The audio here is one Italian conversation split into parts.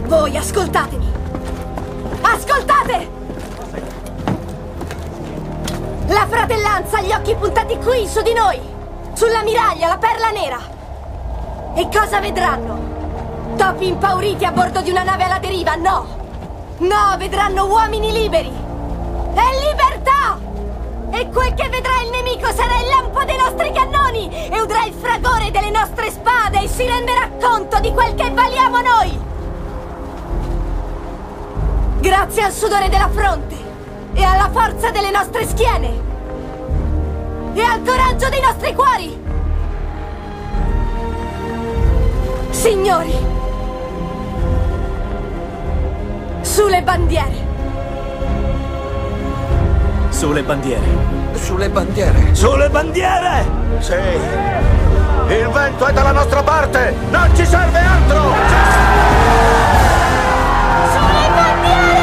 Voi ascoltatemi! Ascoltate! La fratellanza ha gli occhi puntati qui, su di noi! Sulla miraglia, la perla nera! E cosa vedranno? Topi impauriti a bordo di una nave alla deriva? No! No, vedranno uomini liberi! E libertà! E quel che vedrà il nemico sarà il lampo dei nostri cannoni! E udrà il fragore delle nostre spade e si renderà conto di quel che valiamo noi! Grazie al sudore della fronte e alla forza delle nostre schiene e al coraggio dei nostri cuori! Signori, sulle bandiere! Sulle bandiere! Sulle bandiere! Sulle bandiere! Sì! Il vento è dalla nostra parte! Non ci serve altro! Sulle bandiere!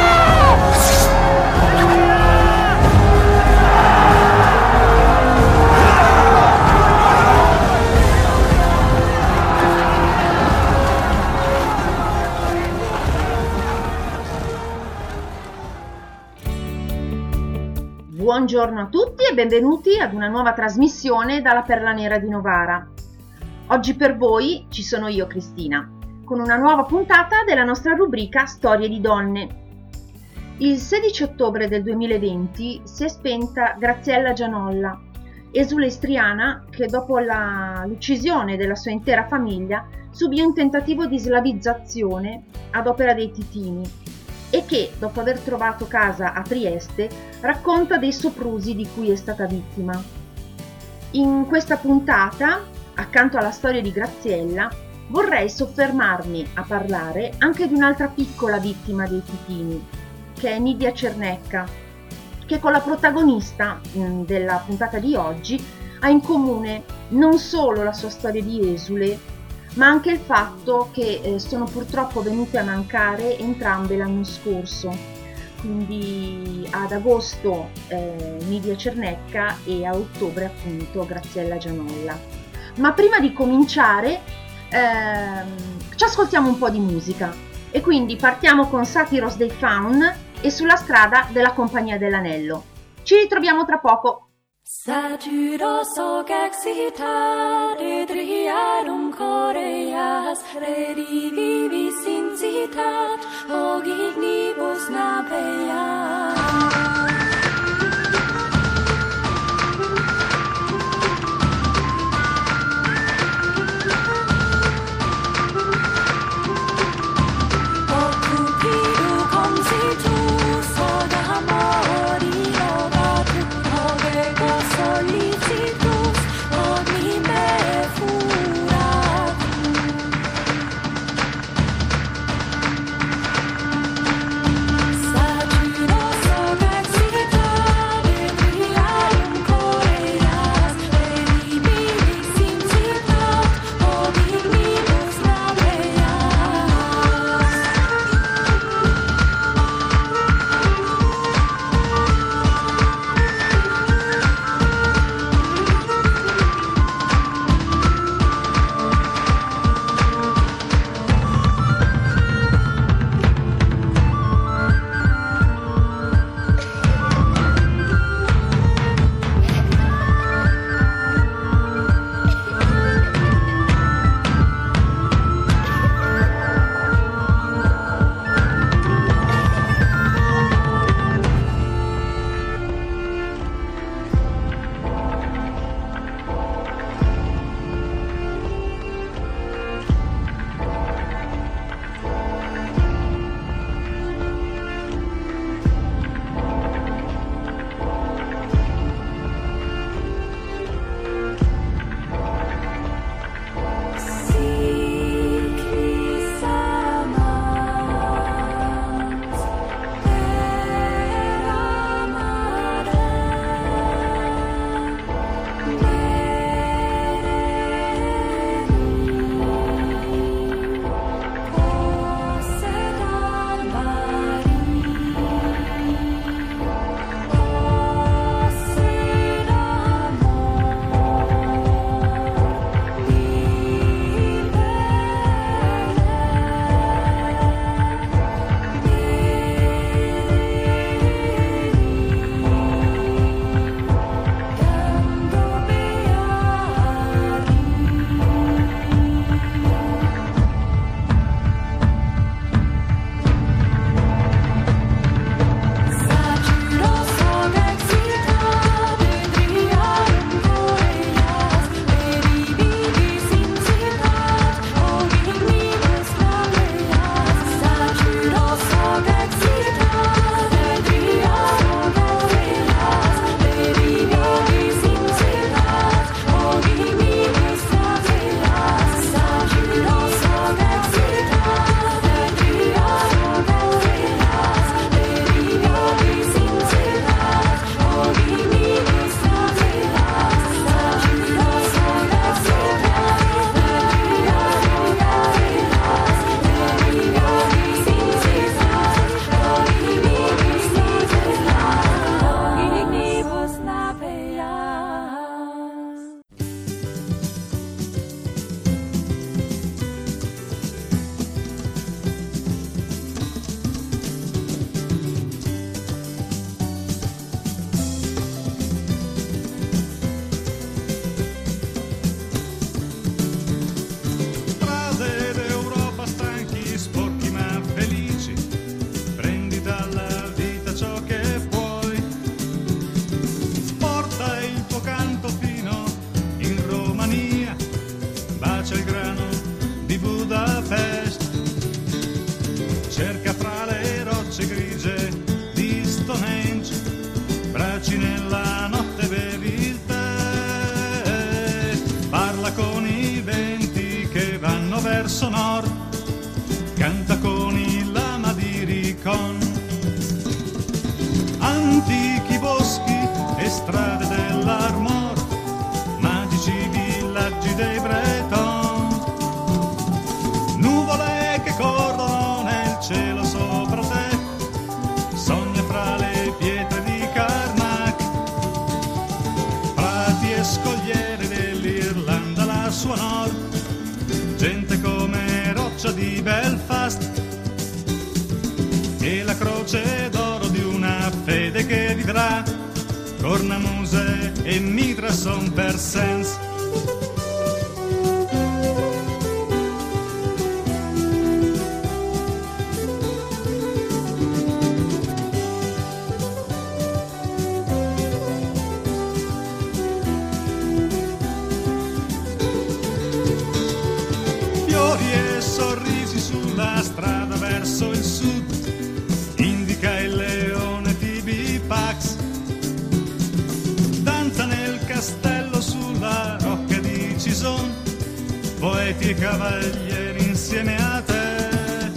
Buongiorno a tutti e benvenuti ad una nuova trasmissione dalla Perla Nera di Novara. Oggi per voi ci sono io, Cristina, con una nuova puntata della nostra rubrica Storie di donne. Il 16 ottobre del 2020 si è spenta Graziella Gianolla, esule istriana che dopo l'uccisione della sua intera famiglia subì un tentativo di slavizzazione ad opera dei titini e che, dopo aver trovato casa a Trieste, racconta dei soprusi di cui è stata vittima. In questa puntata, accanto alla storia di Graziella, vorrei soffermarmi a parlare anche di un'altra piccola vittima dei titini, che è Nidia Cernecca, che con la protagonista della puntata di oggi ha in comune non solo la sua storia di esule, ma anche il fatto che sono purtroppo venute a mancare entrambe l'anno scorso, quindi ad agosto Nidia Cernecca e a ottobre appunto Graziella Gianolla. Ma prima di cominciare ci ascoltiamo un po' di musica e quindi partiamo con Satyros dei Faun e Sulla strada della Compagnia dell'Anello. Ci ritroviamo tra poco. Satyros og exitare driarum Koreas redivivi sincitat og ignibus napea. Satyros cerca fra le rocce grigie di Stonehenge, bracci nella notte bevi il tè, parla con i venti che vanno verso nord, canta con il lama di Ricon, antichi boschi e strade dell'Armor, magici villaggi dei Breton, nuvole che corrono nel cielo sopra te, sogna fra le pietre di Karnak, prati e scogliere dell'Irlanda la sua nord, gente come roccia di Belfast e la croce d'oro di una fede che vivrà, cornamuse e mitra son per sens. Fiori e sorrisi sulla strada verso il sud, indica il leone Tibi Pax, danza nel castello sulla rocca di Cison, poeti e cavalieri insieme a te,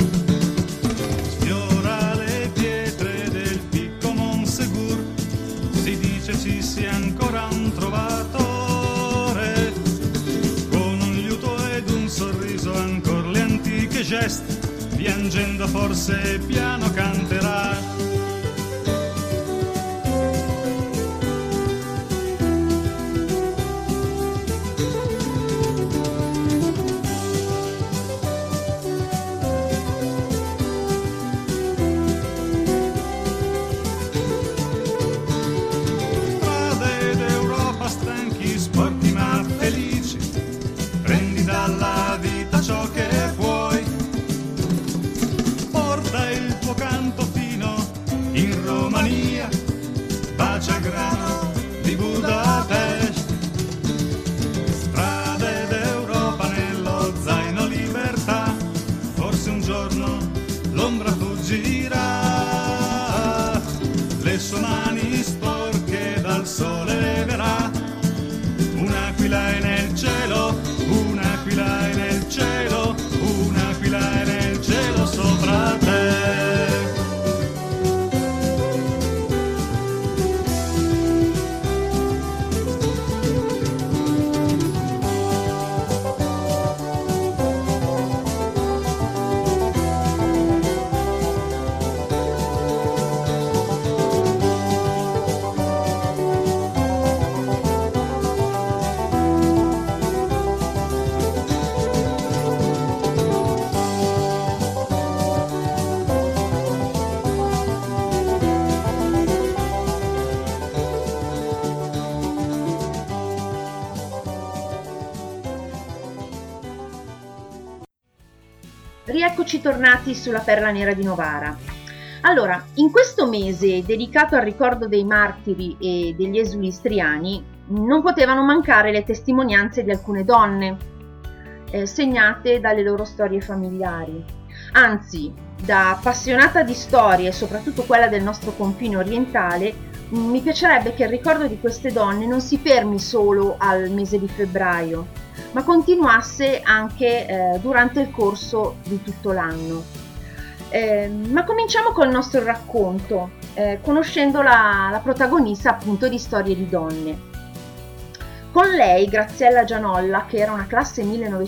sfiora le pietre del picco Monsegur, si dice ci sia ancora un trovatore, con un liuto ed un sorriso ancor le antiche geste, piangendo forse piano canterà. Strade d'Europa stanchi, sporchi ma felici, prendi dalla vita ciò che puoi, porta il tuo canto fino in Romania, bacia il grano di Budapest, strade d'Europa nello zaino libertà, forse un giorno l'ombra fuggirà, le sue mani sporche dal sole leverà, un'aquila è nel cielo, un'aquila è nel cielo, un'aquila è nel cielo sopra te. Rieccoci tornati sulla Perla Nera di Novara. Allora, in questo mese dedicato al ricordo dei martiri e degli esuli istriani, non potevano mancare le testimonianze di alcune donne, segnate dalle loro storie familiari. Anzi, da appassionata di storie, soprattutto quella del nostro confine orientale, mi piacerebbe che il ricordo di queste donne non si fermi solo al mese di febbraio, ma continuasse anche durante il corso di tutto l'anno. Ma cominciamo col nostro racconto, conoscendo la protagonista appunto di Storie di donne. Con lei, Graziella Gianolla, che era una classe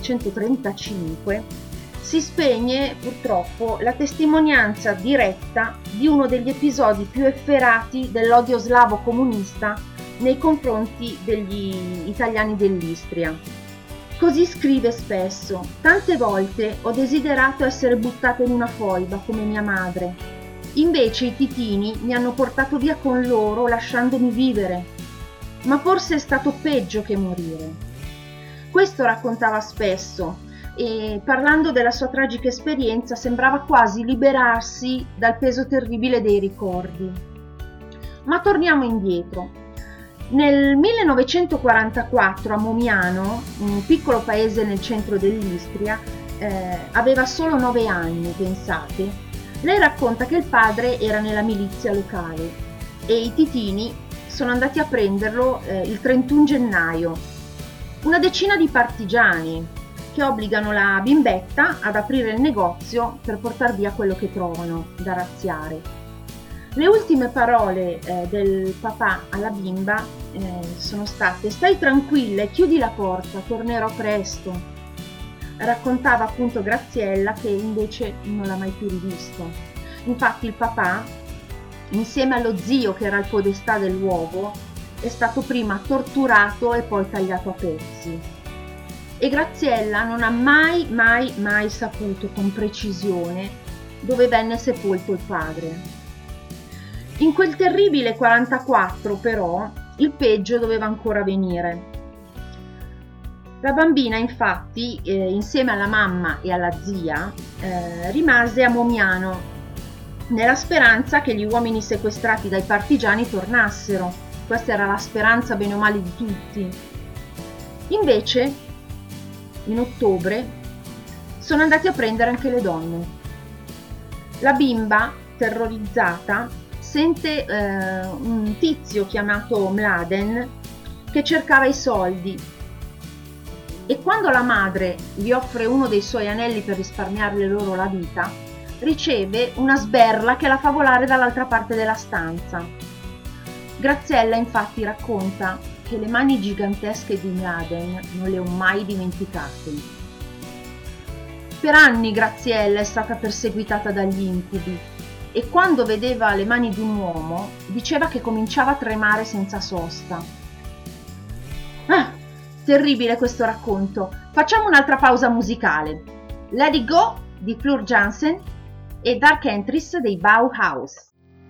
1935, si spegne purtroppo la testimonianza diretta di uno degli episodi più efferati dell'odio slavo comunista nei confronti degli italiani dell'Istria. Così scrive spesso: tante volte ho desiderato essere buttata in una foiba come mia madre, invece i titini mi hanno portato via con loro lasciandomi vivere, ma forse è stato peggio che morire. Questo raccontava spesso e, parlando della sua tragica esperienza, sembrava quasi liberarsi dal peso terribile dei ricordi. Ma torniamo indietro. Nel 1944 a Momiano, un piccolo paese nel centro dell'Istria, aveva solo 9 anni, pensate, Lei racconta che il padre era nella milizia locale e i titini sono andati a prenderlo il 31 gennaio. Una decina di partigiani che obbligano la bimbetta ad aprire il negozio per portar via quello che trovano da razziare. Le ultime parole del papà alla bimba sono state: stai tranquilla e chiudi la porta, tornerò presto. Raccontava appunto Graziella che invece non l'ha mai più rivisto. Infatti il papà, insieme allo zio che era il podestà del luogo, è stato prima torturato e poi tagliato a pezzi. E Graziella non ha mai saputo con precisione dove venne sepolto il padre. In quel terribile 44 però il peggio doveva ancora venire. La bambina infatti insieme alla mamma e alla zia rimase a Momiano nella speranza che gli uomini sequestrati dai partigiani tornassero. Questa era la speranza bene o male di tutti. Invece in ottobre sono andati a prendere anche le donne. La bimba, terrorizzata, sente un tizio chiamato Mladen che cercava i soldi e quando la madre gli offre uno dei suoi anelli per risparmiarle loro la vita, riceve una sberla che la fa volare dall'altra parte della stanza. Graziella infatti racconta che le mani gigantesche di Mladen non le ho mai dimenticate. Per anni Graziella è stata perseguitata dagli incubi e quando vedeva le mani di un uomo diceva che cominciava a tremare senza sosta. Terribile questo racconto. Facciamo un'altra pausa musicale. Let It Go di Floor Jansen e Dark Entries dei Bauhaus.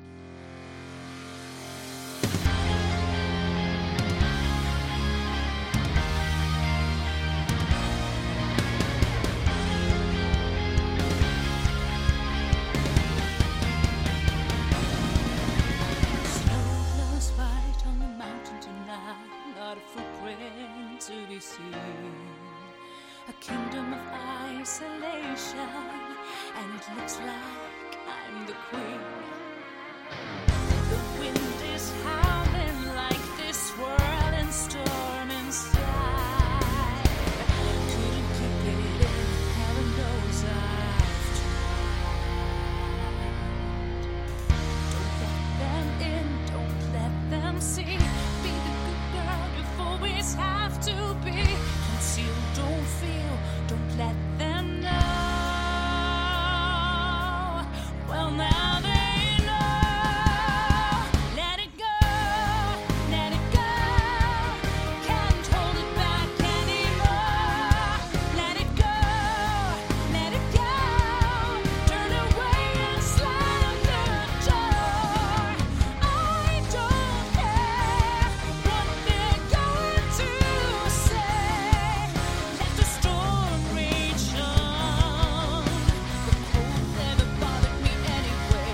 A kingdom of isolation, and it looks like I'm the queen. The wind is howling like this swirling storm inside. Couldn't keep it in, heaven knows I've tried. Don't let them in, don't let them see. Be the good girl you always have to be. Conceal, don't feel, don't let them know. Well, now they know. Let it go, let it go. Can't hold it back anymore. Let it go, let it go. Turn away and slam the door. I don't care what they're going to say. Let the storm rage on. The cold never bothered me anyway.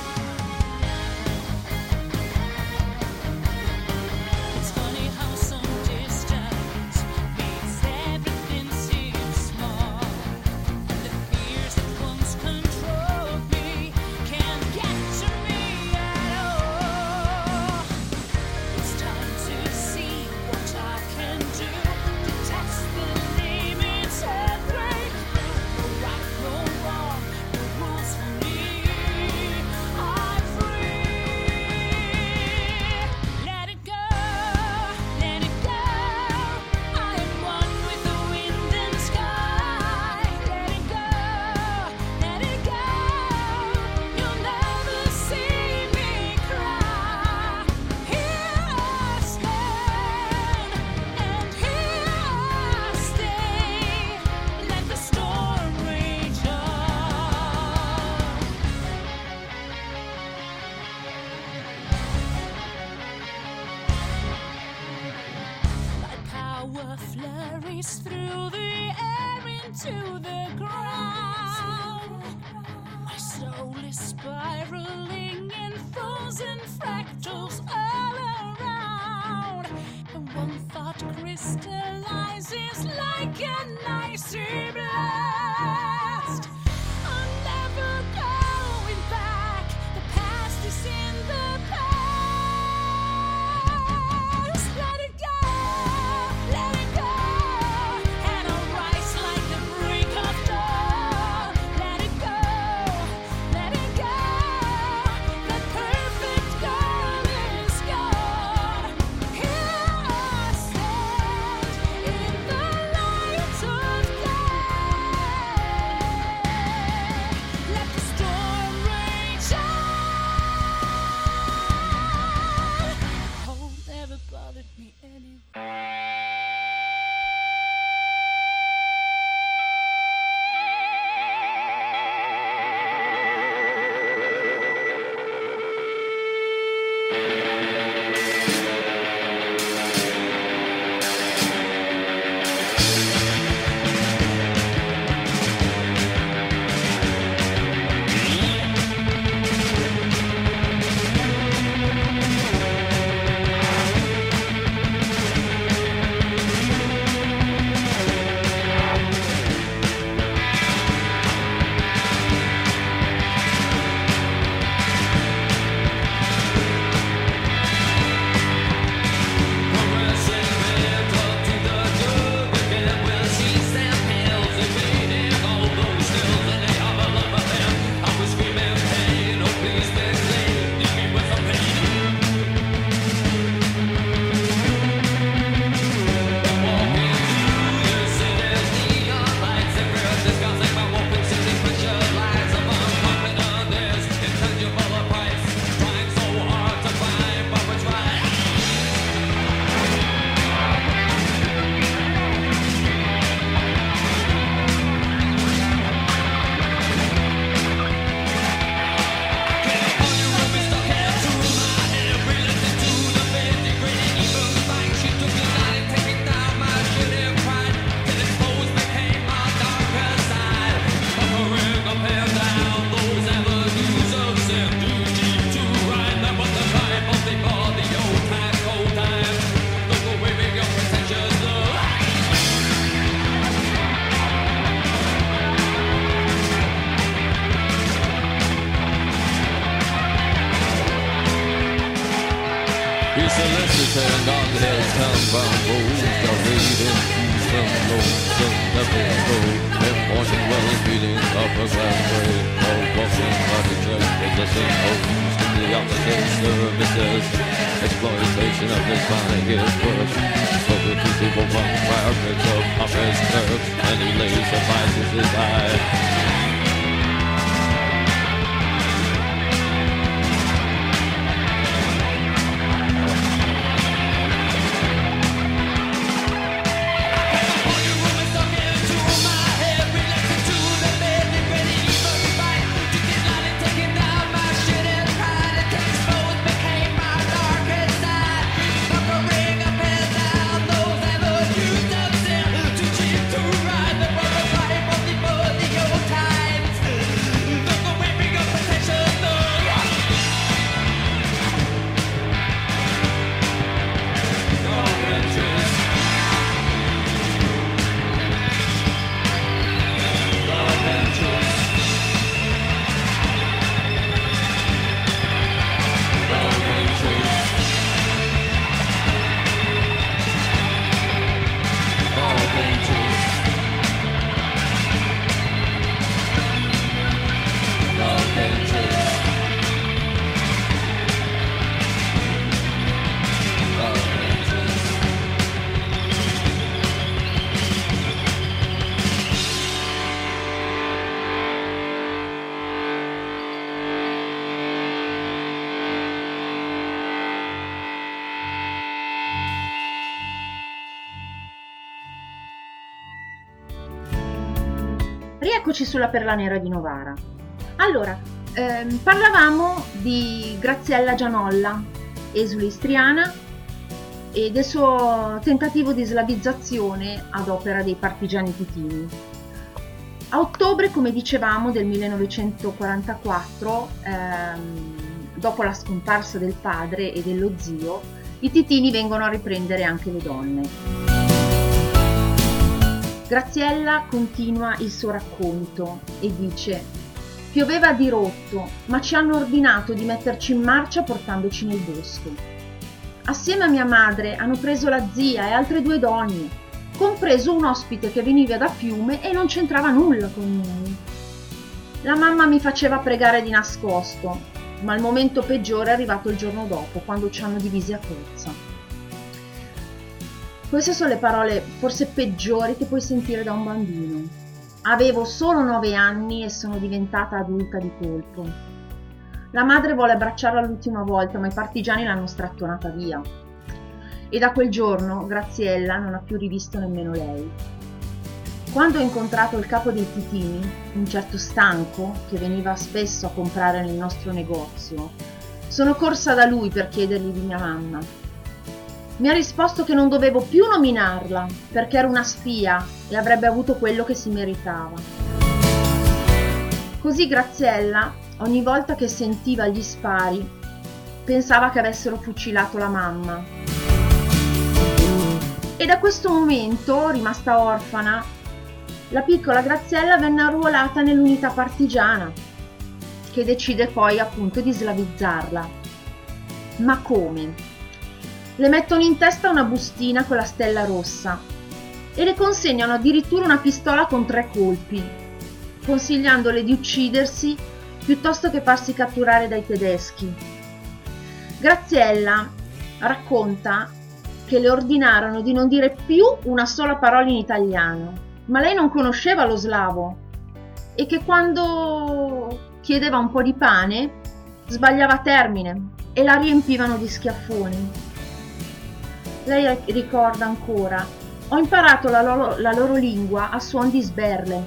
It's funny how some distance makes everything seem small. And the fears that once controlled me can't get to me at all. It's time to see what I can do to test the limits and break through. No right, no wrong, no rules for me. I'm free. Let it go, let it go. I am one with the wind and sky. Let it go, let it go. You'll never see me cry. Here I stand, and here I stay. Let the storm rage on. My power flurries through the air into the ground. My soul is spiraling in frozen fractals all around. And one thought crystallizes like an icy blast. I'm never going soliciting on his town roads, the reading some lonesome episode. Important well beating up a grandway, all walking by the church, possessing homes to the opposite services. Exploitation of his body is work. So the people run rapids of office clerks, and he lays suffices his eye. Rieccoci sulla Perla Nera di Novara. Allora, parlavamo di Graziella Gianolla, esule istriana, e del suo tentativo di slavizzazione ad opera dei partigiani titini. A ottobre, come dicevamo, del 1944, dopo la scomparsa del padre e dello zio, i titini vengono a riprendere anche le donne. Graziella continua il suo racconto e dice: pioveva a dirotto, ma ci hanno ordinato di metterci in marcia portandoci nel bosco. Assieme a mia madre hanno preso la zia e altre 2 donne, compreso un ospite che veniva da Fiume e non c'entrava nulla con noi. La mamma mi faceva pregare di nascosto, ma il momento peggiore è arrivato il giorno dopo, quando ci hanno divisi a forza. Queste sono le parole forse peggiori che puoi sentire da un bambino. Avevo solo 9 anni e sono diventata adulta di colpo. La madre vuole abbracciarla l'ultima volta, ma i partigiani l'hanno strattonata via. E da quel giorno Graziella non ha più rivisto nemmeno lei. Quando ho incontrato il capo dei titini, un certo Stanco, che veniva spesso a comprare nel nostro negozio, sono corsa da lui per chiedergli di mia mamma. Mi ha risposto che non dovevo più nominarla perché era una spia e avrebbe avuto quello che si meritava. Così Graziella, ogni volta che sentiva gli spari, pensava che avessero fucilato la mamma. E da questo momento, rimasta orfana, la piccola Graziella venne arruolata nell'unità partigiana, che decide poi appunto di slavizzarla. Ma come? Le mettono in testa una bustina con la stella rossa e le consegnano addirittura una pistola con 3 colpi, consigliandole di uccidersi piuttosto che farsi catturare dai tedeschi. Graziella racconta che le ordinarono di non dire più una sola parola in italiano, ma lei non conosceva lo slavo e che quando chiedeva un po' di pane sbagliava termine e la riempivano di schiaffoni. Lei ricorda ancora: ho imparato la loro lingua a suon di sberle.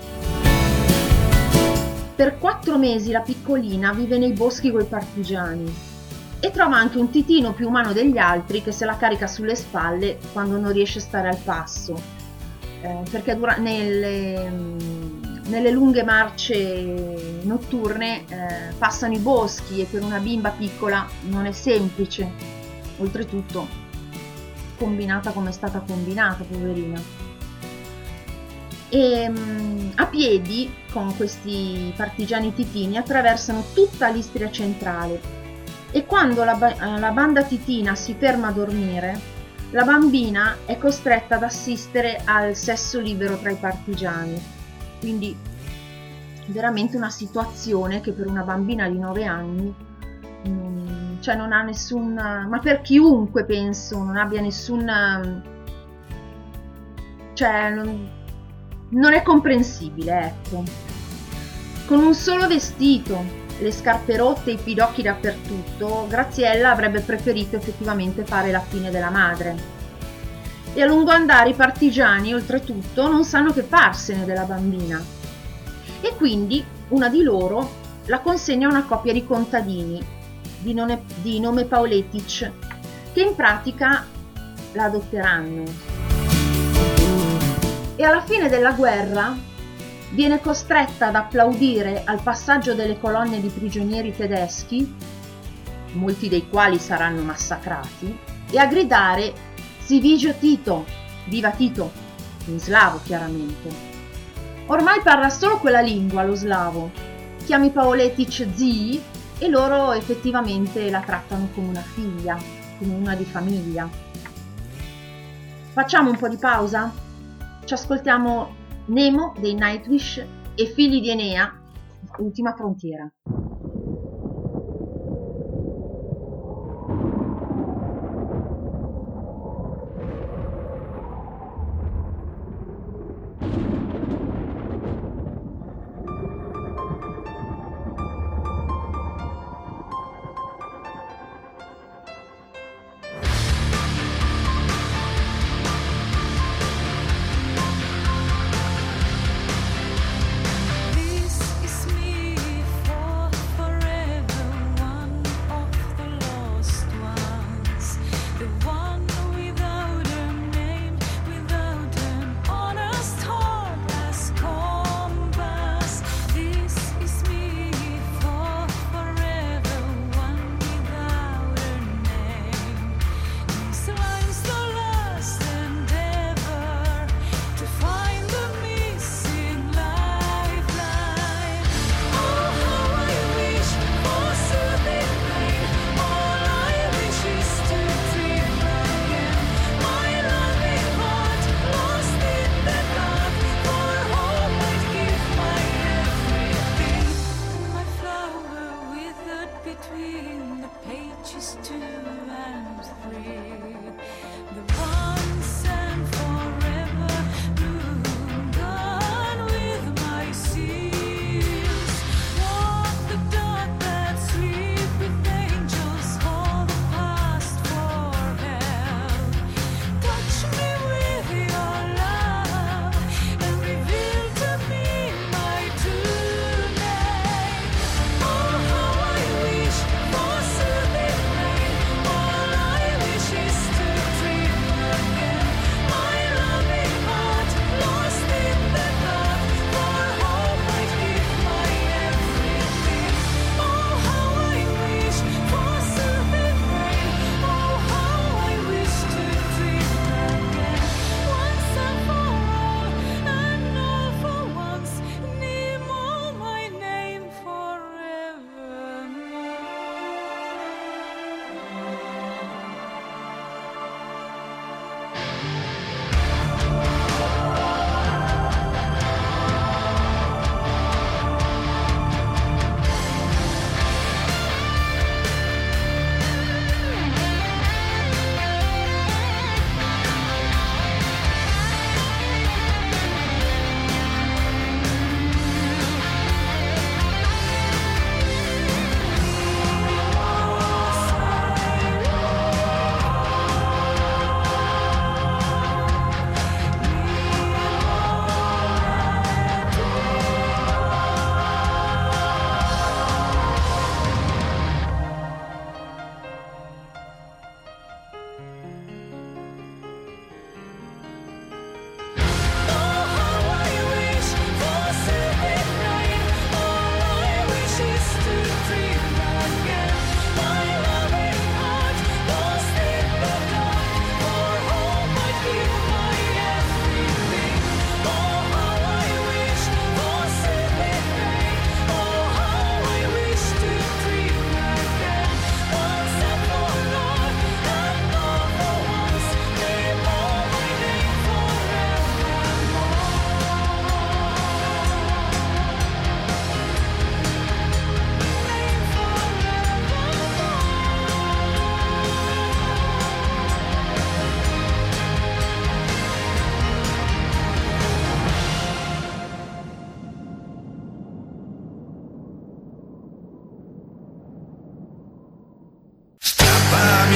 Per 4 mesi la piccolina vive nei boschi coi partigiani e trova anche un titino più umano degli altri che se la carica sulle spalle quando non riesce a stare al passo, perché nelle lunghe marce notturne passano i boschi e per una bimba piccola non è semplice, oltretutto combinata come è stata combinata, poverina. E a piedi, con questi partigiani titini, attraversano tutta l'Istria centrale e quando la banda titina si ferma a dormire, la bambina è costretta ad assistere al sesso libero tra i partigiani. Quindi veramente una situazione che per una bambina di 9 anni non ha nessun, ma per chiunque penso non abbia nessun, non è comprensibile, ecco. Con un solo vestito, le scarpe rotte e i pidocchi dappertutto, Graziella avrebbe preferito effettivamente fare la fine della madre. E a lungo andare i partigiani, oltretutto, non sanno che farsene della bambina. E quindi una di loro la consegna a una coppia di contadini di nome Pauletic, che in pratica la adotteranno. E alla fine della guerra viene costretta ad applaudire al passaggio delle colonne di prigionieri tedeschi, molti dei quali saranno massacrati, e a gridare "Si vigio Tito! Viva Tito!", in slavo chiaramente. Ormai parla solo quella lingua, lo slavo. Chiami Pauletic zii e loro effettivamente la trattano come una figlia, come una di famiglia. Facciamo un po' di pausa? Ci ascoltiamo Nemo dei Nightwish e Figli di Enea, Ultima Frontiera. This is me for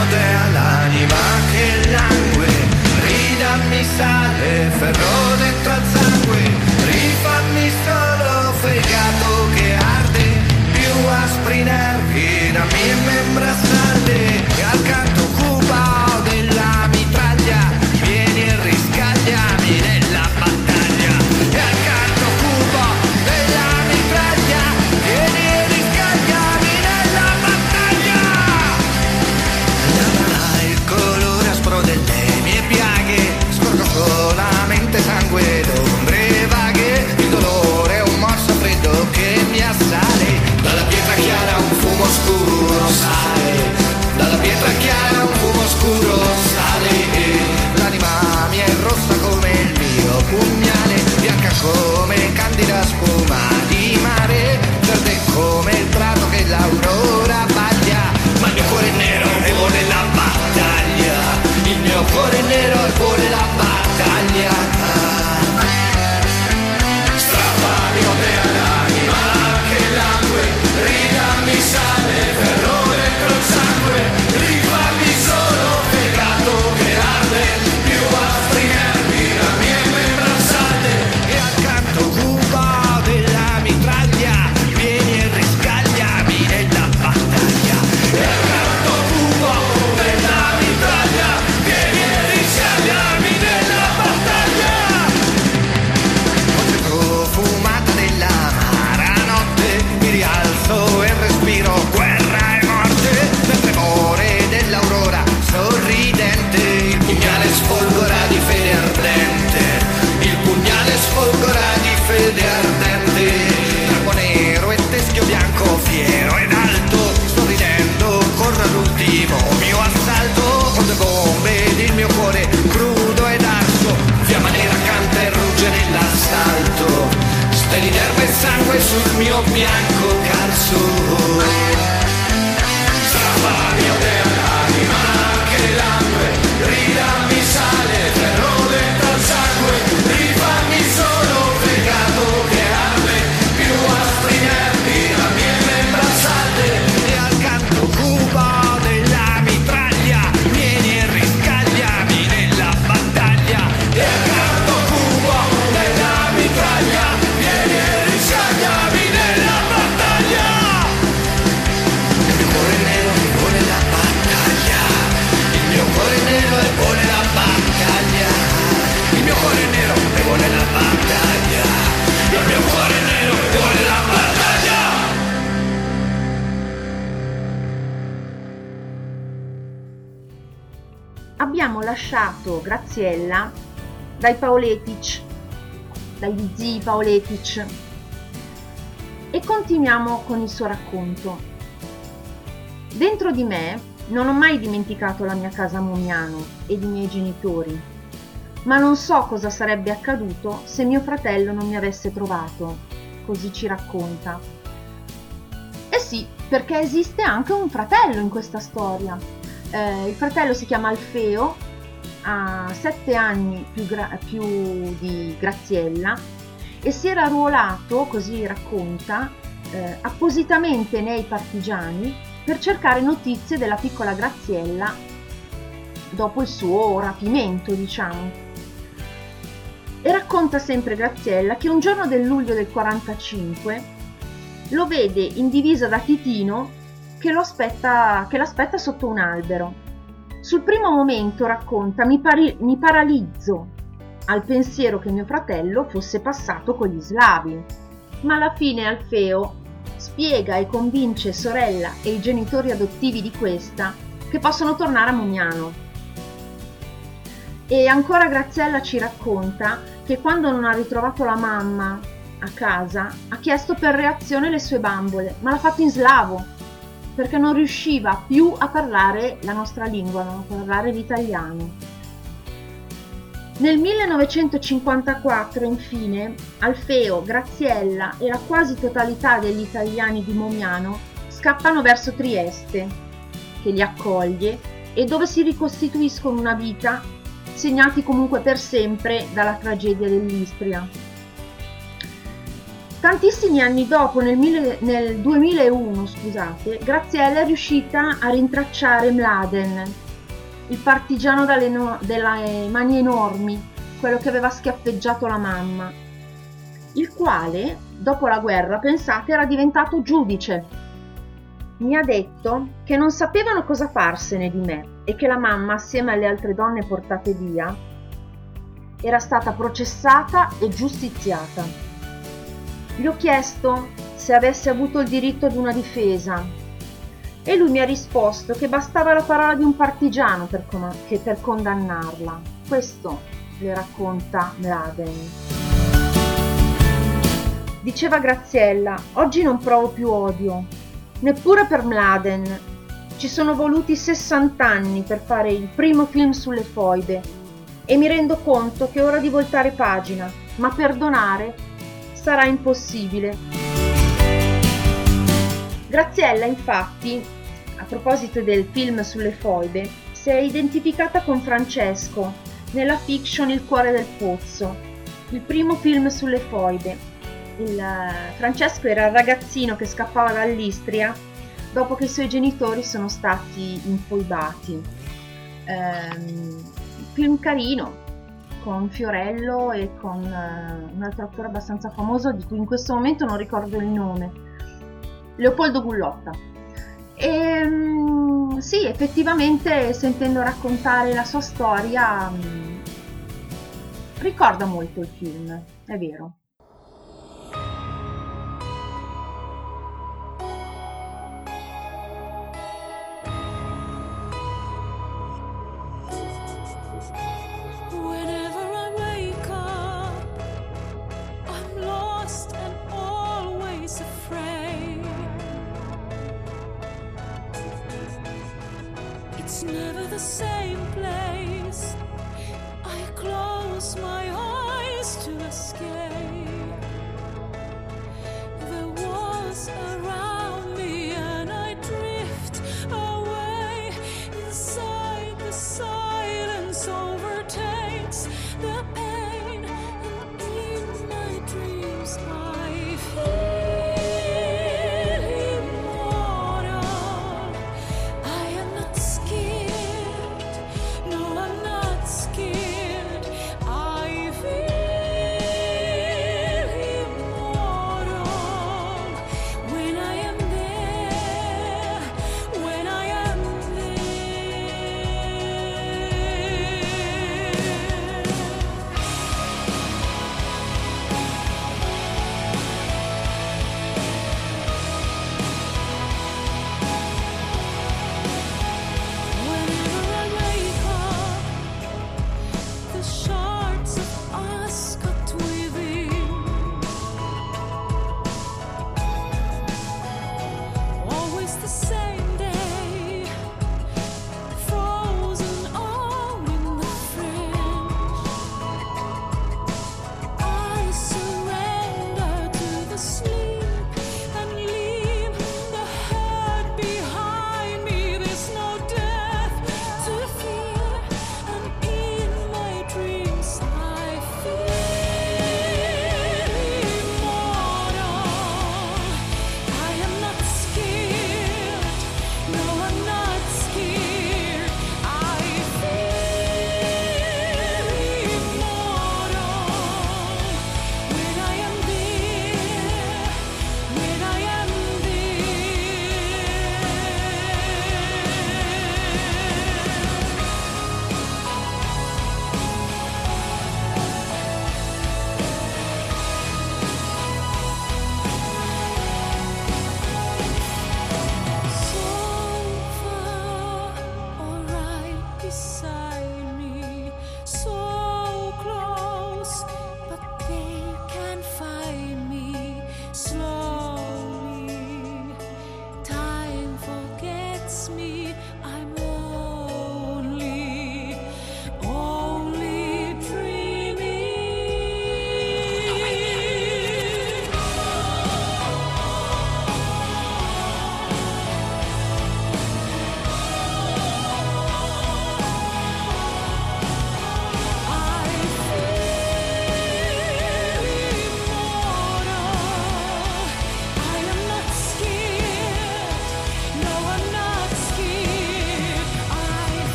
mio Dea, l'anima che langue, ridammi sale, ferro dentro al sangue, rifammi solo fegato che arde, più aspri nervi, dammi membra salde, e al canto cupa della mitraglia, vieni e riscagliami nella battaglia, e al canto cupo della mitraglia, vieni e riscagliami nella battaglia. Lava il colore aspro delle mie piaghe, scorgo solamente sangue d'ombre vaghe, il dolore è un morso freddo che mi assale, dalla pietra chiara un fumo scuro sale, dalla pietra chiara un fumo scuro sale, l'anima mia è rossa come il mio pugnale, bianca come candida spuma di mare, verde come il prato che l'aurora baglia, ma il mio cuore è nero e vuole la battaglia, il mio cuore è nero e vuole la battaglia. Strappami con te all'anima che langue, ridammi sale, ferro dentro il sangue, rifammi solo fegato che arde, più aspri nervi, la mia membra salde, e accanto cupa della mitraglia, vieni e riscagliami nella battaglia, e accanto cupa della mitraglia, vieni e riscagliami nella battaglia. Voce profumata dell'amara notte, mi rialzo e respiro guerra e morte, nel tremore dell'aurora sorridente, il pugnale sfolgora di fede ardente, il pugnale sfolgora di fede ardente, drago nero e teschio bianco fiero ed alto, sorridendo corro all'ultimo mio assalto, con le bombe ed il mio cuore crudo ed arso, fiamma nera canta e rugge nell'assalto, steli d'erba e sangue sul mio bianco calzo. Strappami o te all'anima che langue, ridammi sale, ferro dentro al sangue, rifammi solo fegato che arde, più aspri nervi, la mia membra salde, e al canto cupa della mitraglia, vieni e riscagliami nella battaglia, e al canto cupo della mitraglia, vieni e riscagliami nella battaglia. Il mio cuore nero vuole la battaglia, il mio cuore nero e vuole la battaglia, il mio cuore nero e vuole la battaglia, il mio cuore nero e vuole la battaglia. Abbiamo lasciato Graziella dai Paoletic, dagli zii Paoletic, e continuiamo con il suo racconto. Dentro di me non ho mai dimenticato la mia casa a Momiano ed i miei genitori, ma non so cosa sarebbe accaduto se mio fratello non mi avesse trovato, così ci racconta. Eh sì, perché esiste anche un fratello in questa storia. Il fratello si chiama Alfeo, ha 7 anni più di Graziella, e si era arruolato, così racconta, appositamente nei partigiani per cercare notizie della piccola Graziella dopo il suo rapimento, diciamo. E racconta sempre Graziella che un giorno del luglio del 45 lo vede in divisa da Titino che l'aspetta sotto un albero. Sul primo momento, racconta, mi paralizzo al pensiero che mio fratello fosse passato con gli slavi, ma alla fine Alfeo spiega e convince sorella e i genitori adottivi di questa che possono tornare a Momiano. E ancora Graziella ci racconta che quando non ha ritrovato la mamma a casa ha chiesto per reazione le sue bambole, ma l'ha fatto in slavo perché non riusciva più a parlare la nostra lingua, a parlare l'italiano. Nel 1954, infine, Alfeo, Graziella e la quasi totalità degli italiani di Momiano scappano verso Trieste, che li accoglie e dove si ricostituiscono una vita, segnati comunque per sempre dalla tragedia dell'Istria. Tantissimi anni dopo, nel 2001, scusate, Graziella è riuscita a rintracciare Mladen, il partigiano dalle mani enormi, quello che aveva schiaffeggiato la mamma, il quale, dopo la guerra, pensate, era diventato giudice. Mi ha detto che non sapevano cosa farsene di me e che la mamma, assieme alle altre donne portate via, era stata processata e giustiziata. Gli ho chiesto se avesse avuto il diritto ad una difesa e lui mi ha risposto che bastava la parola di un partigiano per condannarla. Questo le racconta Mladen. Diceva Graziella: oggi non provo più odio, neppure per Mladen. Ci sono voluti 60 anni per fare il primo film sulle foibe e mi rendo conto che è ora di voltare pagina, ma perdonare sarà impossibile. Graziella, infatti, a proposito del film sulle foibe, si è identificata con Francesco nella fiction Il cuore del pozzo, il primo film sulle foibe. Francesco era il ragazzino che scappava dall'Istria dopo che i suoi genitori sono stati infoibati. Film carino, con Fiorello e con un altro attore abbastanza famoso di cui in questo momento non ricordo il nome, Leopoldo Gullotta. Sì, effettivamente, sentendo raccontare la sua storia, ricorda molto il film, è vero. Whenever I wake up, I'm lost and always afraid. It's never the same place. I close my eyes to escape. The walls around me and I drift away. Inside the silence overtakes the pain, and in my dreams I feel immortal. I am not scared, no, I'm not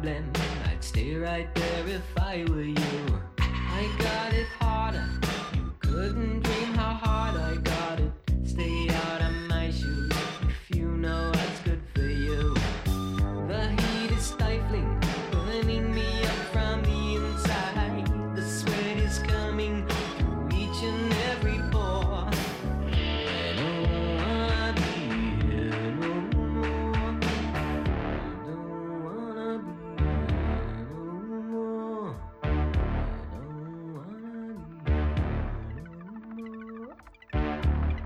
problem. I'd stay right there if I were you. I got it harder. You couldn't dream how hard I got it. Stay out of my shoes if you know what's good for you. The heat is stifling, burning me up from the inside. The sweat is coming through each and every pore. I don't wanna be here no more. I don't wanna be here no more. I don't wanna be here no more.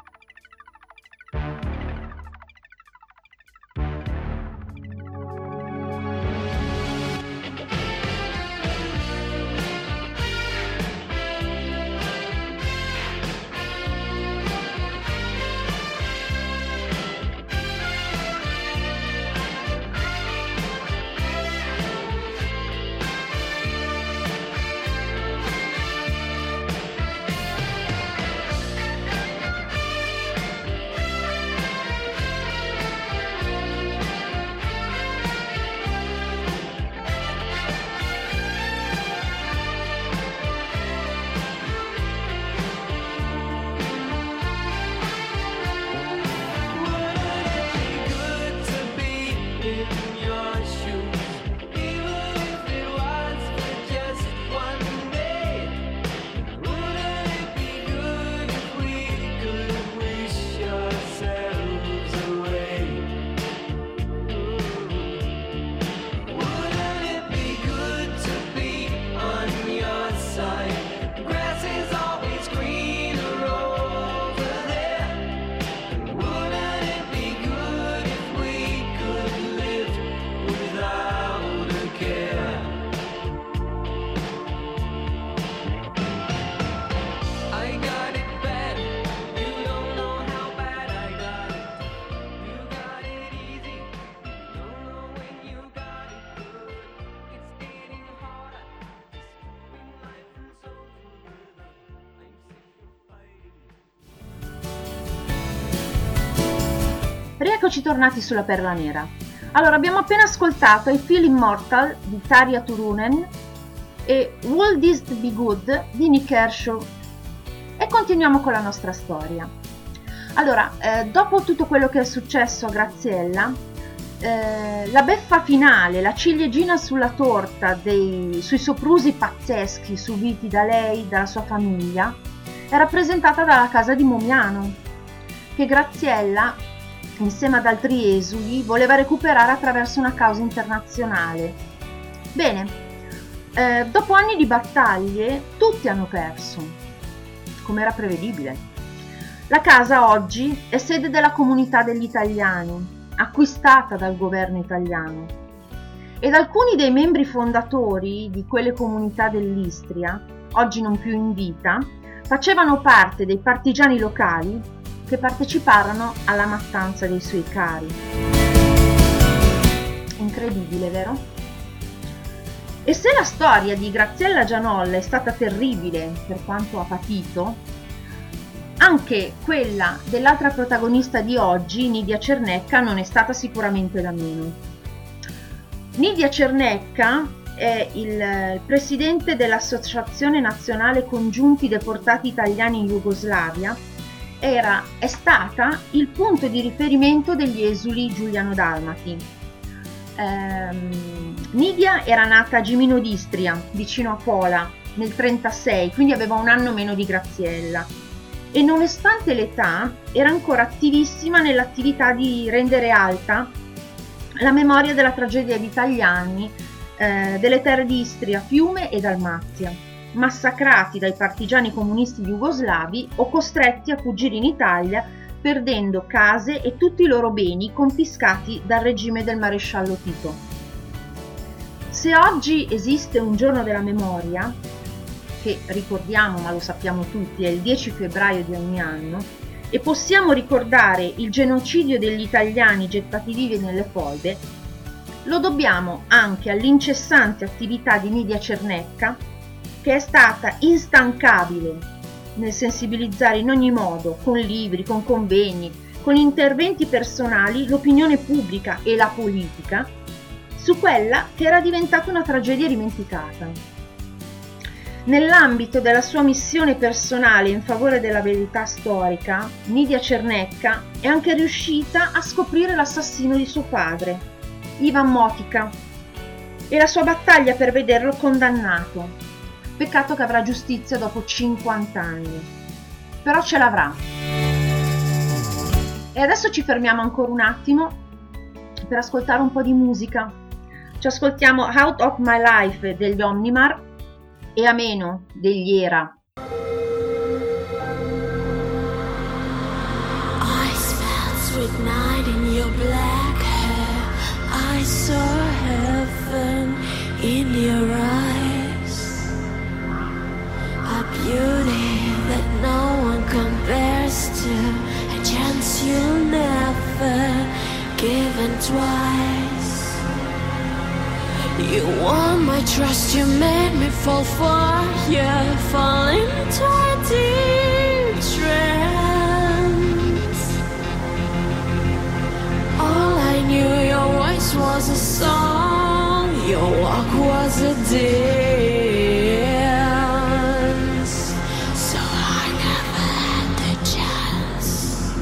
Rieccoci tornati sulla Perla Nera. Allora, abbiamo appena ascoltato I Feel Immortal di Tarja Turunen e Will This Be Good di Nick Kershaw e continuiamo con la nostra storia. Allora, dopo tutto quello che è successo a Graziella, la beffa finale, la ciliegina sulla torta sui soprusi pazzeschi subiti da lei, dalla sua famiglia, è rappresentata dalla casa di Momiano, che Graziella, insieme ad altri esuli, voleva recuperare attraverso una causa internazionale. Bene, dopo anni di battaglie, tutti hanno perso, come era prevedibile. La casa oggi è sede della comunità degli italiani, acquistata dal governo italiano, ed alcuni dei membri fondatori di quelle comunità dell'Istria, oggi non più in vita, facevano parte dei partigiani locali che parteciparono alla mattanza dei suoi cari. Incredibile, vero? E se la storia di Graziella Gianolla è stata terribile per quanto ha patito, anche quella dell'altra protagonista di oggi, Nidia Cernecca, non è stata sicuramente da meno. Nidia Cernecca è il presidente dell'Associazione Nazionale Congiunti Deportati Italiani in Jugoslavia. È stata il punto di riferimento degli esuli giuliano-dalmati. Nidia era nata a Gimino d'Istria, vicino a Pola, nel 1936, quindi aveva un anno meno di Graziella. E nonostante l'età era ancora attivissima nell'attività di rendere alta la memoria della tragedia di italiani delle terre di Istria, Fiume e Dalmazia, massacrati dai partigiani comunisti jugoslavi o costretti a fuggire in Italia, perdendo case e tutti i loro beni confiscati dal regime del maresciallo Tito. Se oggi esiste un giorno della memoria, che ricordiamo, ma lo sappiamo tutti, è il 10 febbraio di ogni anno, e possiamo ricordare il genocidio degli italiani gettati vivi nelle foibe, lo dobbiamo anche all'incessante attività di Nidia Cernecca, che è stata instancabile nel sensibilizzare in ogni modo, con libri, con convegni, con interventi personali, l'opinione pubblica e la politica su quella che era diventata una tragedia dimenticata. Nell'ambito della sua missione personale in favore della verità storica, Nidia Cernecca è anche riuscita a scoprire l'assassino di suo padre, Ivan Motika, e la sua battaglia per vederlo condannato. Peccato che avrà giustizia dopo 50 anni. Però ce l'avrà. E adesso ci fermiamo ancora un attimo per ascoltare un po' di musica. Ci ascoltiamo Out of My Life degli Omnimar e Ameno degli Era. I smelled sweet night in your black hair. I saw heaven in your eyes. A beauty that no one compares to. A chance you'll never given twice. You won my trust, you made me fall for you, fall into a deep trance. All I knew, your voice was a song, your walk was a dance. So I never had the chance.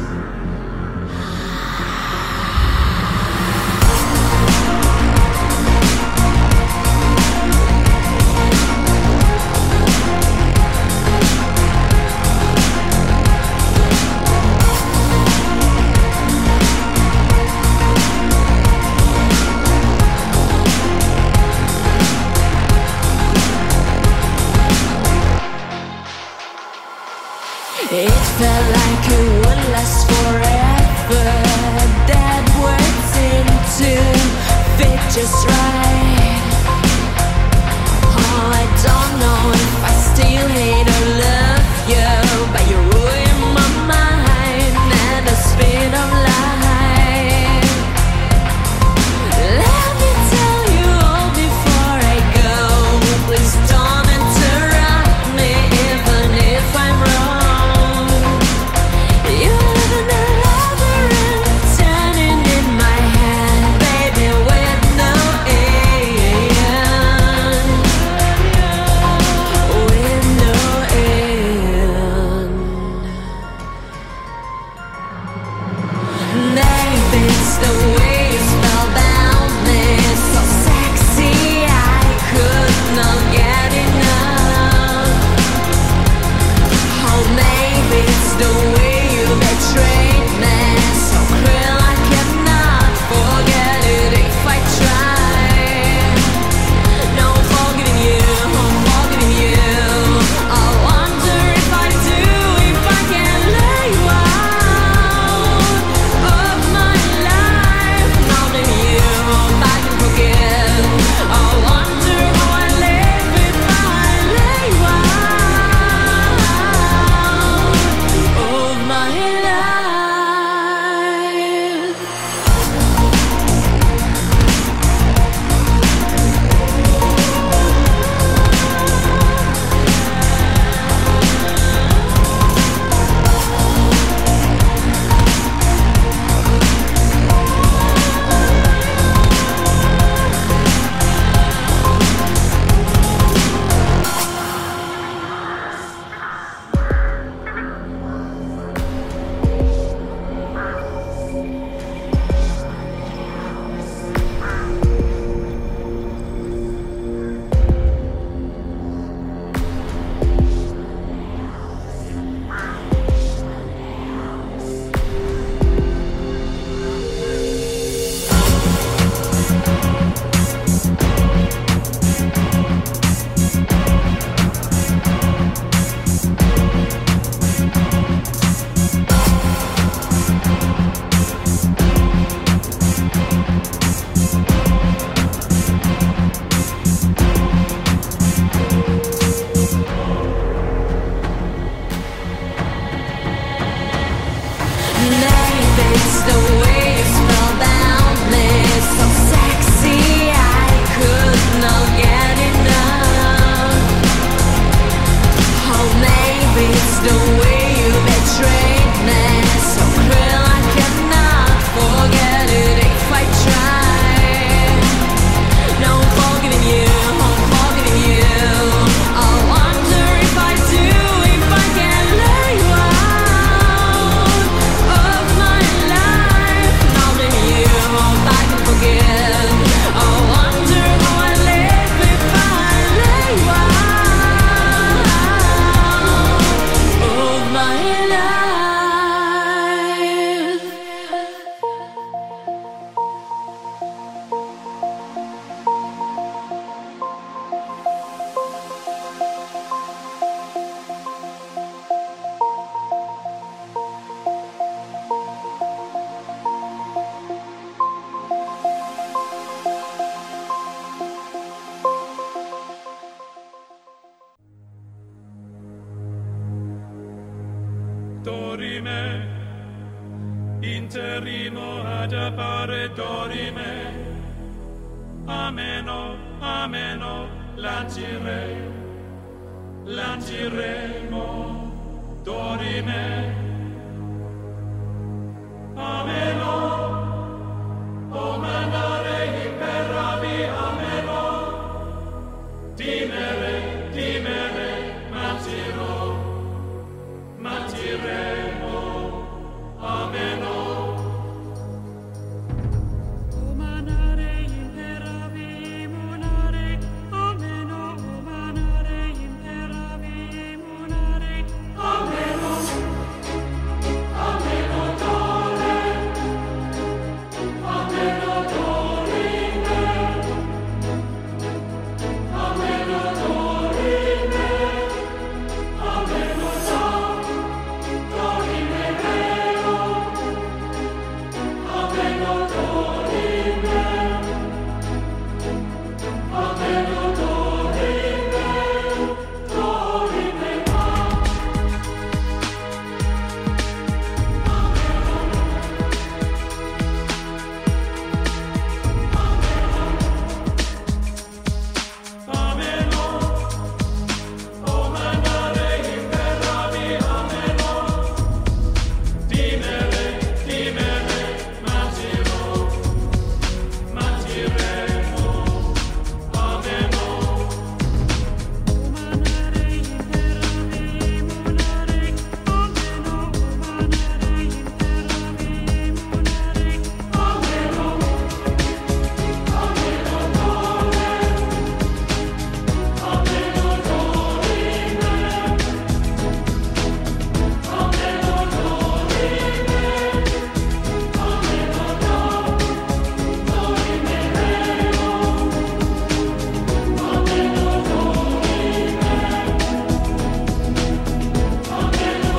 It felt like it would last forever. That words seemed to fit just right. Oh, I don't know if I still hate or love you, but you ruined my mind and the speed of life. Let me tell you all before I go. Please don't interrupt me, even if I'm wrong. You live in a labyrinth, turning in my head, baby, with no dorime, interrimo ad appare dorime, ameno, lanciremo, dorime, ameno, o mandare imperavi, ameno, timere, mantiremo, ameno. Umanare imperavi, munare, ameno, umanare imperavi, munare, ameno, dore, ameno, dorime, ameno, dorime, ameno, dorime, vero, ameno, dorime, ameno, dorime, dorime, ameno, o mandare imperavi, ameno, timere, mantiremo, ameno, umanare imperavi, munare, ameno, umanare imperavi, munare, ameno, dore, ameno, dorime, ameno, dorime, ameno, dorime, vero, ameno, dorime, ameno,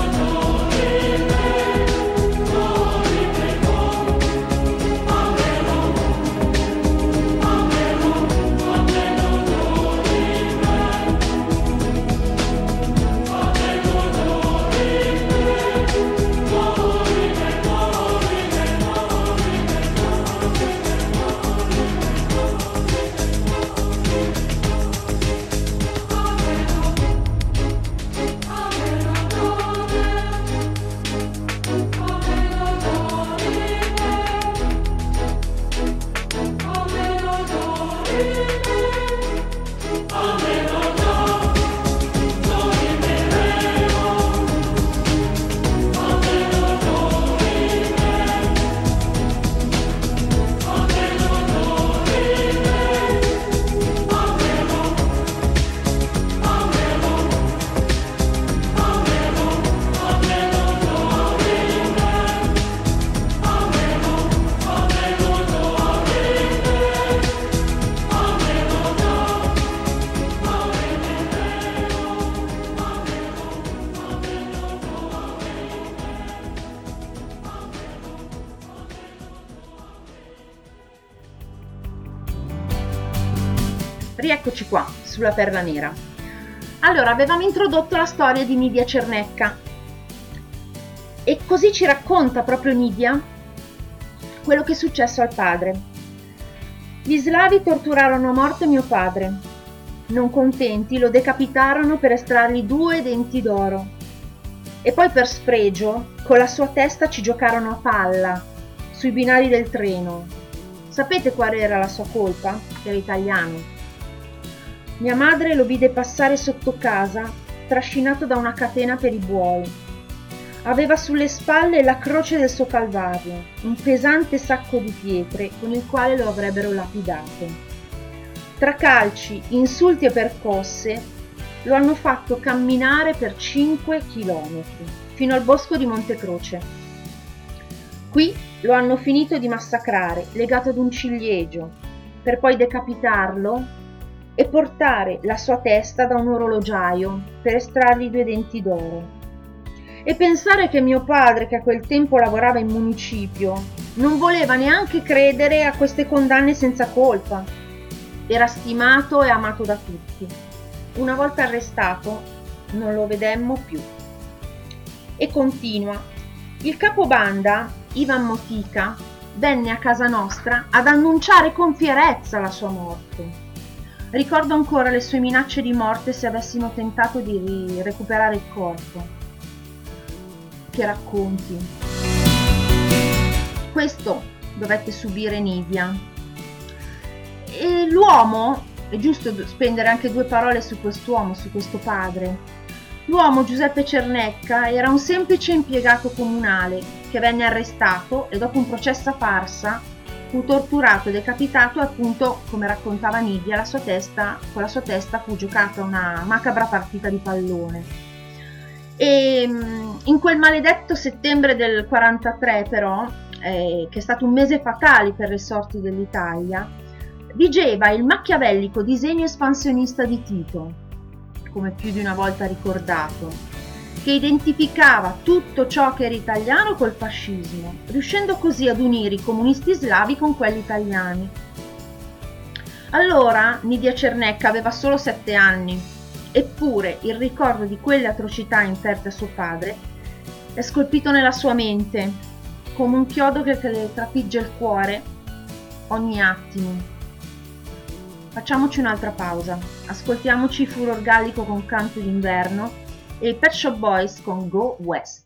Rieccoci qua, sulla Perla Nera. Allora, avevamo introdotto la storia di Nidia Cernecca e così ci racconta proprio Nidia quello che è successo al padre. Gli slavi torturarono a morte mio padre. Non contenti, lo decapitarono per estrargli 2 denti d'oro. E poi per sfregio, con la sua testa ci giocarono a palla, sui binari del treno. Sapete qual era la sua colpa? Che era italiano. Mia madre lo vide passare sotto casa, trascinato da una catena per i buoi. Aveva sulle spalle la croce del suo calvario, un pesante sacco di pietre con il quale lo avrebbero lapidato. Tra calci, insulti e percosse, lo hanno fatto camminare per 5 chilometri, fino al bosco di Montecroce. Qui lo hanno finito di massacrare, legato ad un ciliegio, per poi decapitarlo e portare la sua testa da un orologiaio per estrargli 2 denti d'oro. E pensare che mio padre, che a quel tempo lavorava in municipio, non voleva neanche credere a queste condanne senza colpa. Era stimato e amato da tutti. Una volta arrestato, non lo vedemmo più. E continua. Il capobanda, Ivan Motika, venne a casa nostra ad annunciare con fierezza la sua morte. Ricordo ancora le sue minacce di morte se avessimo tentato di recuperare il corpo. Che racconti. Questo dovette subire Nidia. E l'uomo, è giusto spendere anche due parole su quest'uomo, su questo padre. L'uomo Giuseppe Cernecca era un semplice impiegato comunale che venne arrestato e dopo un processo a farsa fu torturato e decapitato e appunto, come raccontava Nidia, con la sua testa fu giocata una macabra partita di pallone. E in quel maledetto settembre del 43 però, che è stato un mese fatale per le sorti dell'Italia, vigeva il machiavellico disegno espansionista di Tito, come più di una volta ricordato, che identificava tutto ciò che era italiano col fascismo, riuscendo così ad unire i comunisti slavi con quelli italiani. Allora Nidia Cernecca aveva solo 7 anni, eppure il ricordo di quelle atrocità inferte a suo padre è scolpito nella sua mente, come un chiodo che le trafigge il cuore ogni attimo. Facciamoci un'altra pausa, ascoltiamoci Furor Gallico con Canto d'inverno e i Pet Shop Boys con Go West.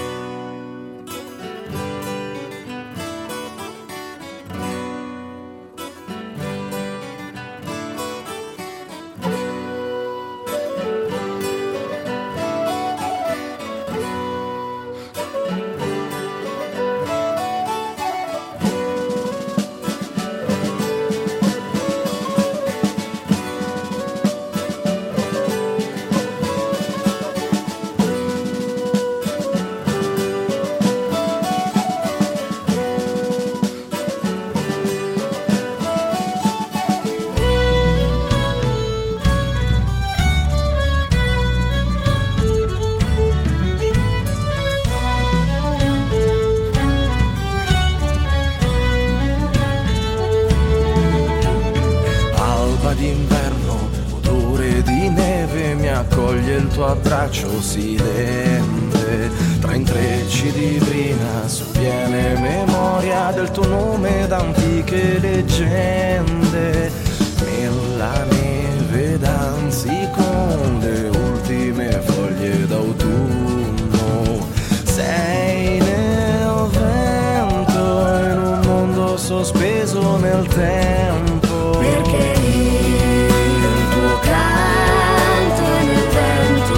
Abbraccio silente tra intrecci di brina sovviene memoria del tuo nome d'antiche leggende. Nella neve danzi con le ultime foglie d'autunno, sei nel vento in un mondo sospeso nel tempo, perché il tuo canto è nel vento,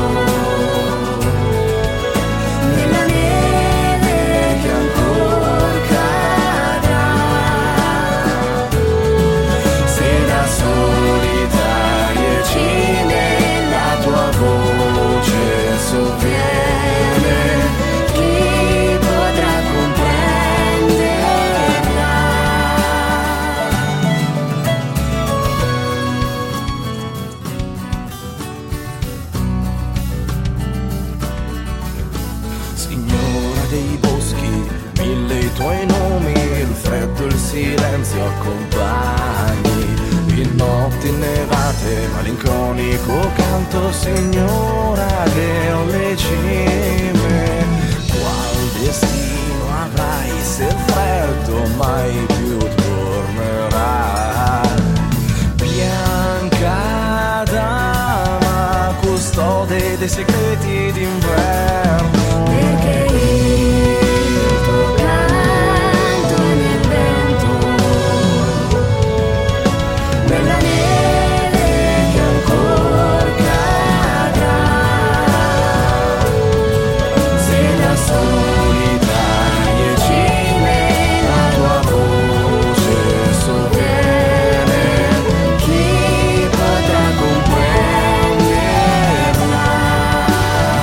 nella neve che ancora cadrà, se da solitarie cime la tua voce sovviene, chi potrà comprenderla? Signora dei boschi, mille i tuoi nomi, il freddo e il silenzio accompagni, in notti innevate, malinconico canto, signora delle cime. Qual destino avrai se il freddo mai più tornerà? Bianca dama, custode dei segreti d'inverno, perché il tuo canto è nel vento, nella neve che ancora cadrà, se da solitarie cime la tua voce sovviene, chi potrà comprenderla?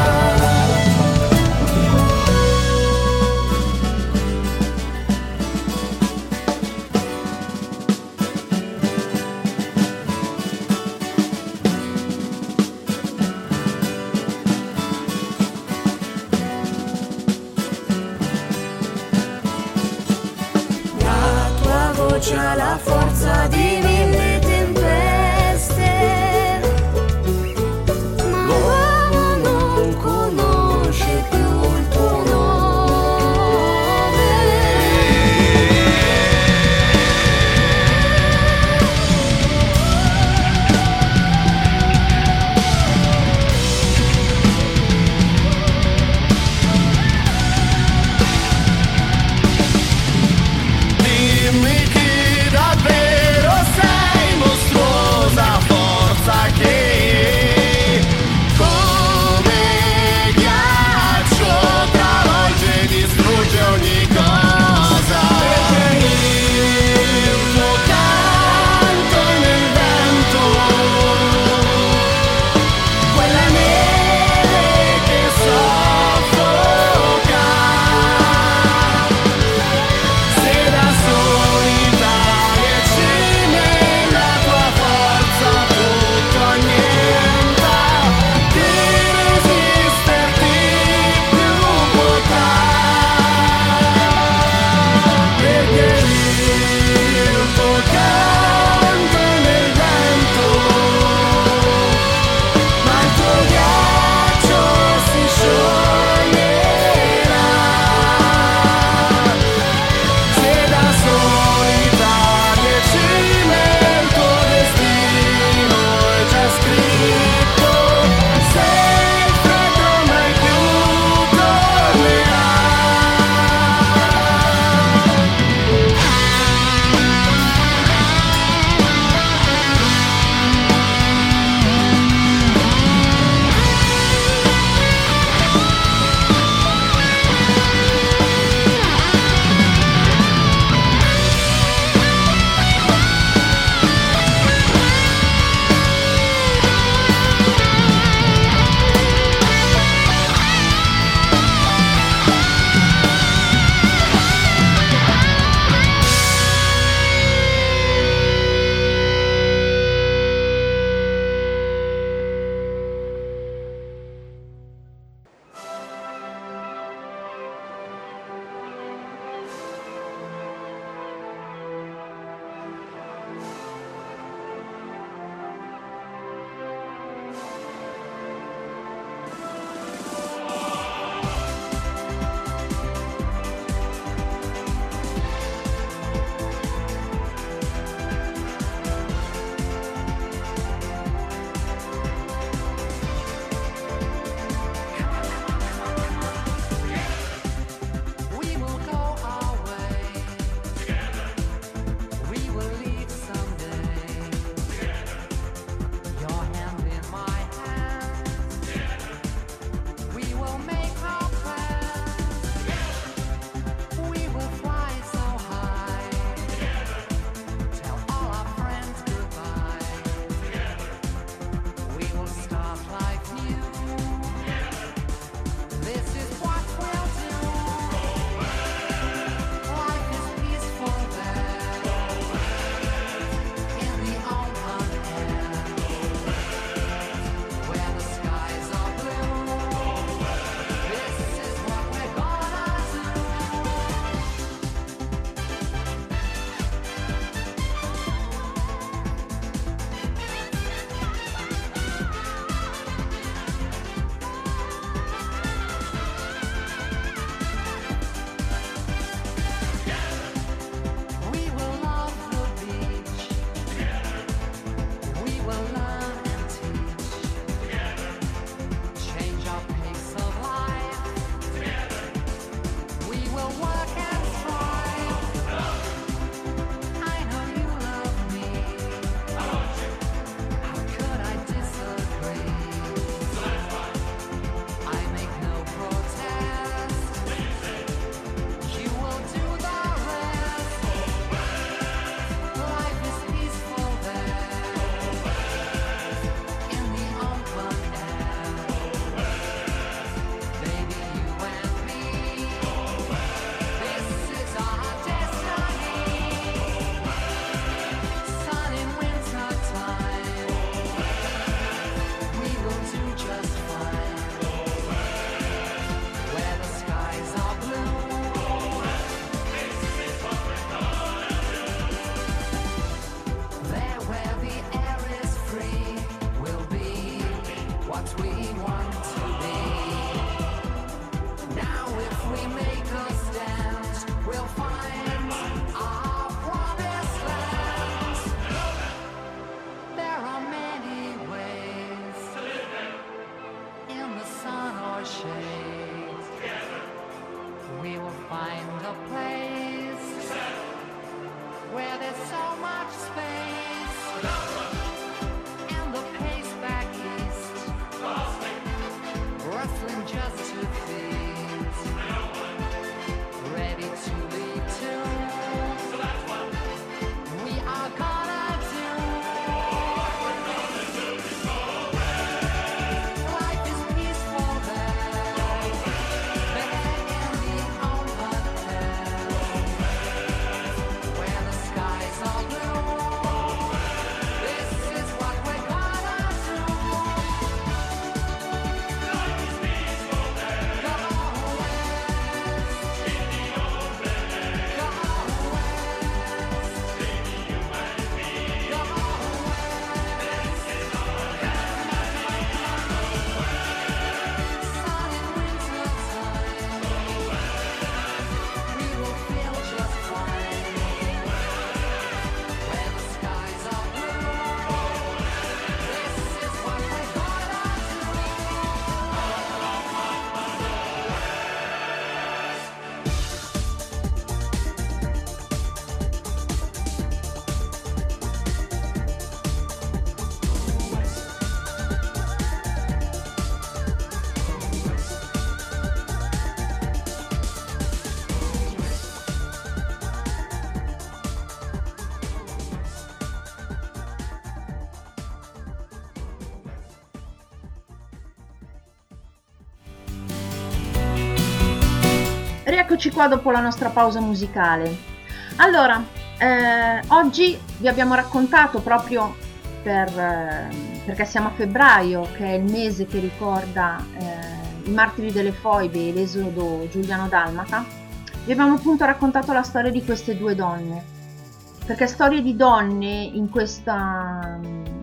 Rieccoci qua dopo la nostra pausa musicale. Allora, oggi vi abbiamo raccontato proprio perché siamo a febbraio, che è il mese che ricorda i martiri delle foibe e l'esodo giuliano-dalmata. Vi abbiamo appunto raccontato la storia di queste due donne, perché storie di donne in questa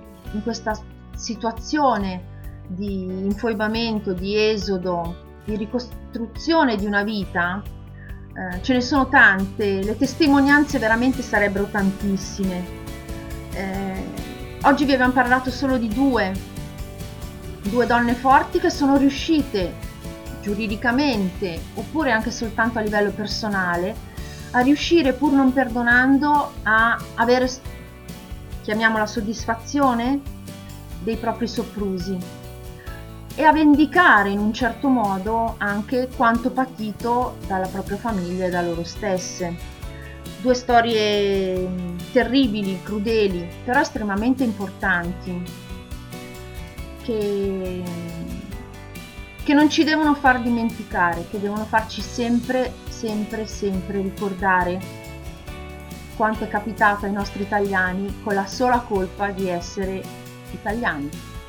situazione di infoibamento, di esodo, di ricostruzione di una vita, ce ne sono tante, le testimonianze veramente sarebbero tantissime. Oggi vi abbiamo parlato solo di due donne forti che sono riuscite giuridicamente, oppure anche soltanto a livello personale, a riuscire, pur non perdonando, a avere, chiamiamola, soddisfazione dei propri soprusi e a vendicare in un certo modo anche quanto patito dalla propria famiglia e da loro stesse. Due storie terribili, crudeli, però estremamente importanti, che non ci devono far dimenticare, che devono farci sempre ricordare quanto è capitato ai nostri italiani con la sola colpa di essere italiani.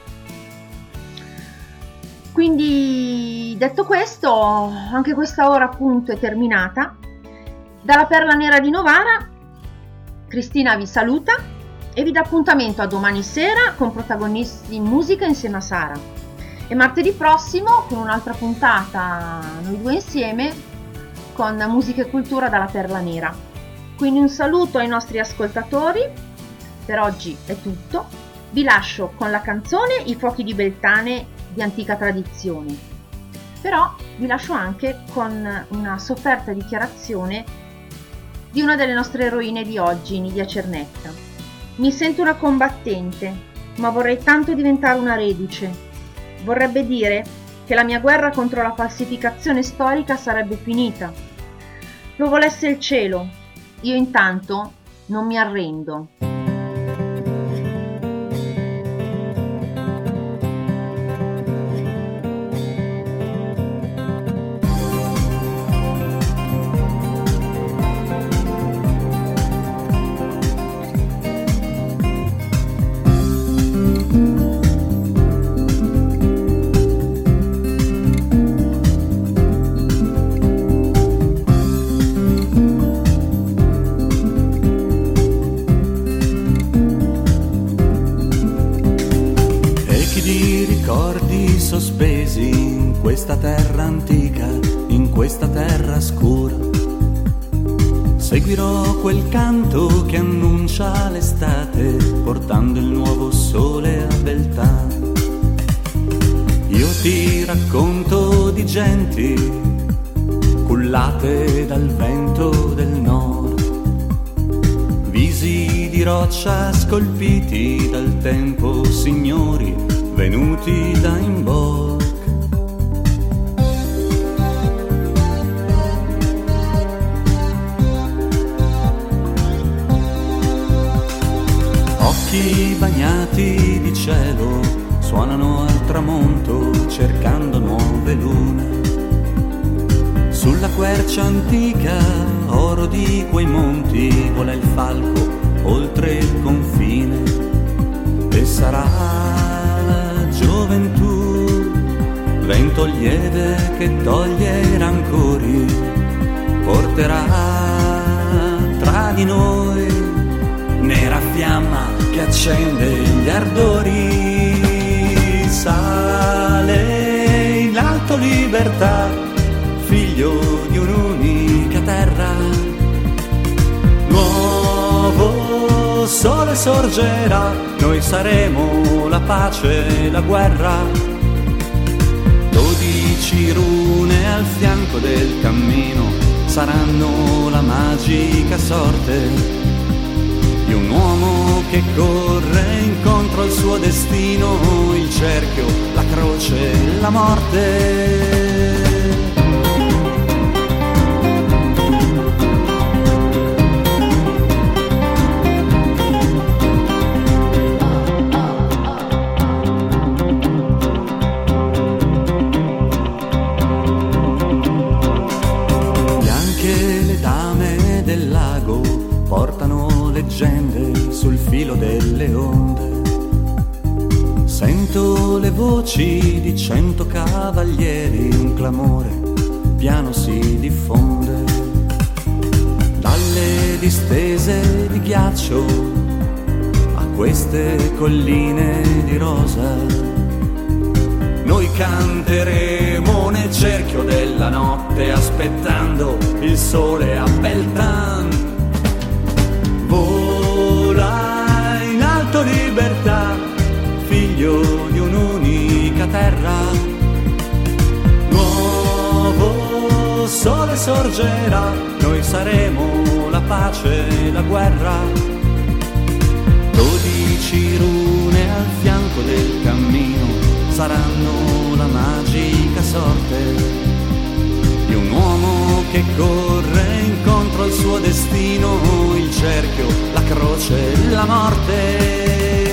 Quindi, detto questo, anche questa ora appunto è terminata. Dalla Perla Nera di Novara, Cristina vi saluta e vi dà appuntamento a domani sera con protagonisti in musica insieme a Sara, e martedì prossimo con un'altra puntata noi due insieme con musica e cultura dalla Perla Nera. Quindi un saluto ai nostri ascoltatori, per oggi è tutto, vi lascio con la canzone I fuochi di Beltane di antica tradizione, però vi lascio anche con una sofferta dichiarazione di una delle nostre eroine di oggi, Nidia Cernetta. Mi sento una combattente, ma vorrei tanto diventare una reduce. Vorrebbe dire che la mia guerra contro la falsificazione storica sarebbe finita. Lo volesse il cielo, io intanto non mi arrendo. Sospesi in questa terra antica, in questa terra scura, seguirò quel canto che annuncia l'estate, portando il nuovo sole a beltà. Io ti racconto di genti cullate dal vento del nord, visi di roccia scolpiti dal tempo, signori venuti da Imbolc. Occhi bagnati di cielo suonano al tramonto cercando nuove lune. Sulla quercia antica, oro di quei monti, vola il falco oltre il confine e sarà gioventù, vento lieve che toglie i rancori, porterà tra di noi nera fiamma che accende gli ardori. Sale in alto libertà, figlio di un'unica terra, nuovo sole sorgerà, noi saremo la pace e la guerra. 12 rune al fianco del cammino saranno la magica sorte di un uomo che corre incontro al suo destino, il cerchio, la croce, la morte. Sento le voci di 100 cavalieri, un clamore piano si diffonde. Dalle distese di ghiaccio a queste colline di rosa, noi canteremo nel cerchio della notte aspettando il sole a Beltan. Vola in alto libertà, figlio di un'unica terra. Nuovo sole sorgerà, noi saremo la pace e la guerra. 12 rune al fianco del cammino saranno la magica sorte di un uomo che corre incontro al suo destino, il cerchio, la croce, la morte.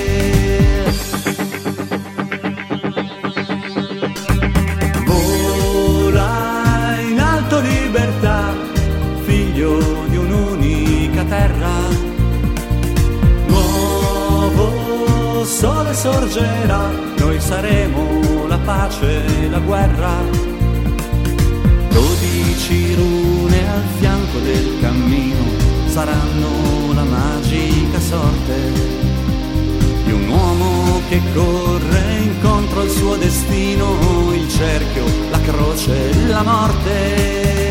Libertà, figlio di un'unica terra. Nuovo sole sorgerà, noi saremo la pace e la guerra. 12 rune al fianco del cammino saranno la magica sorte di un uomo che corre incontro al suo destino, il cerchio, la croce, la morte.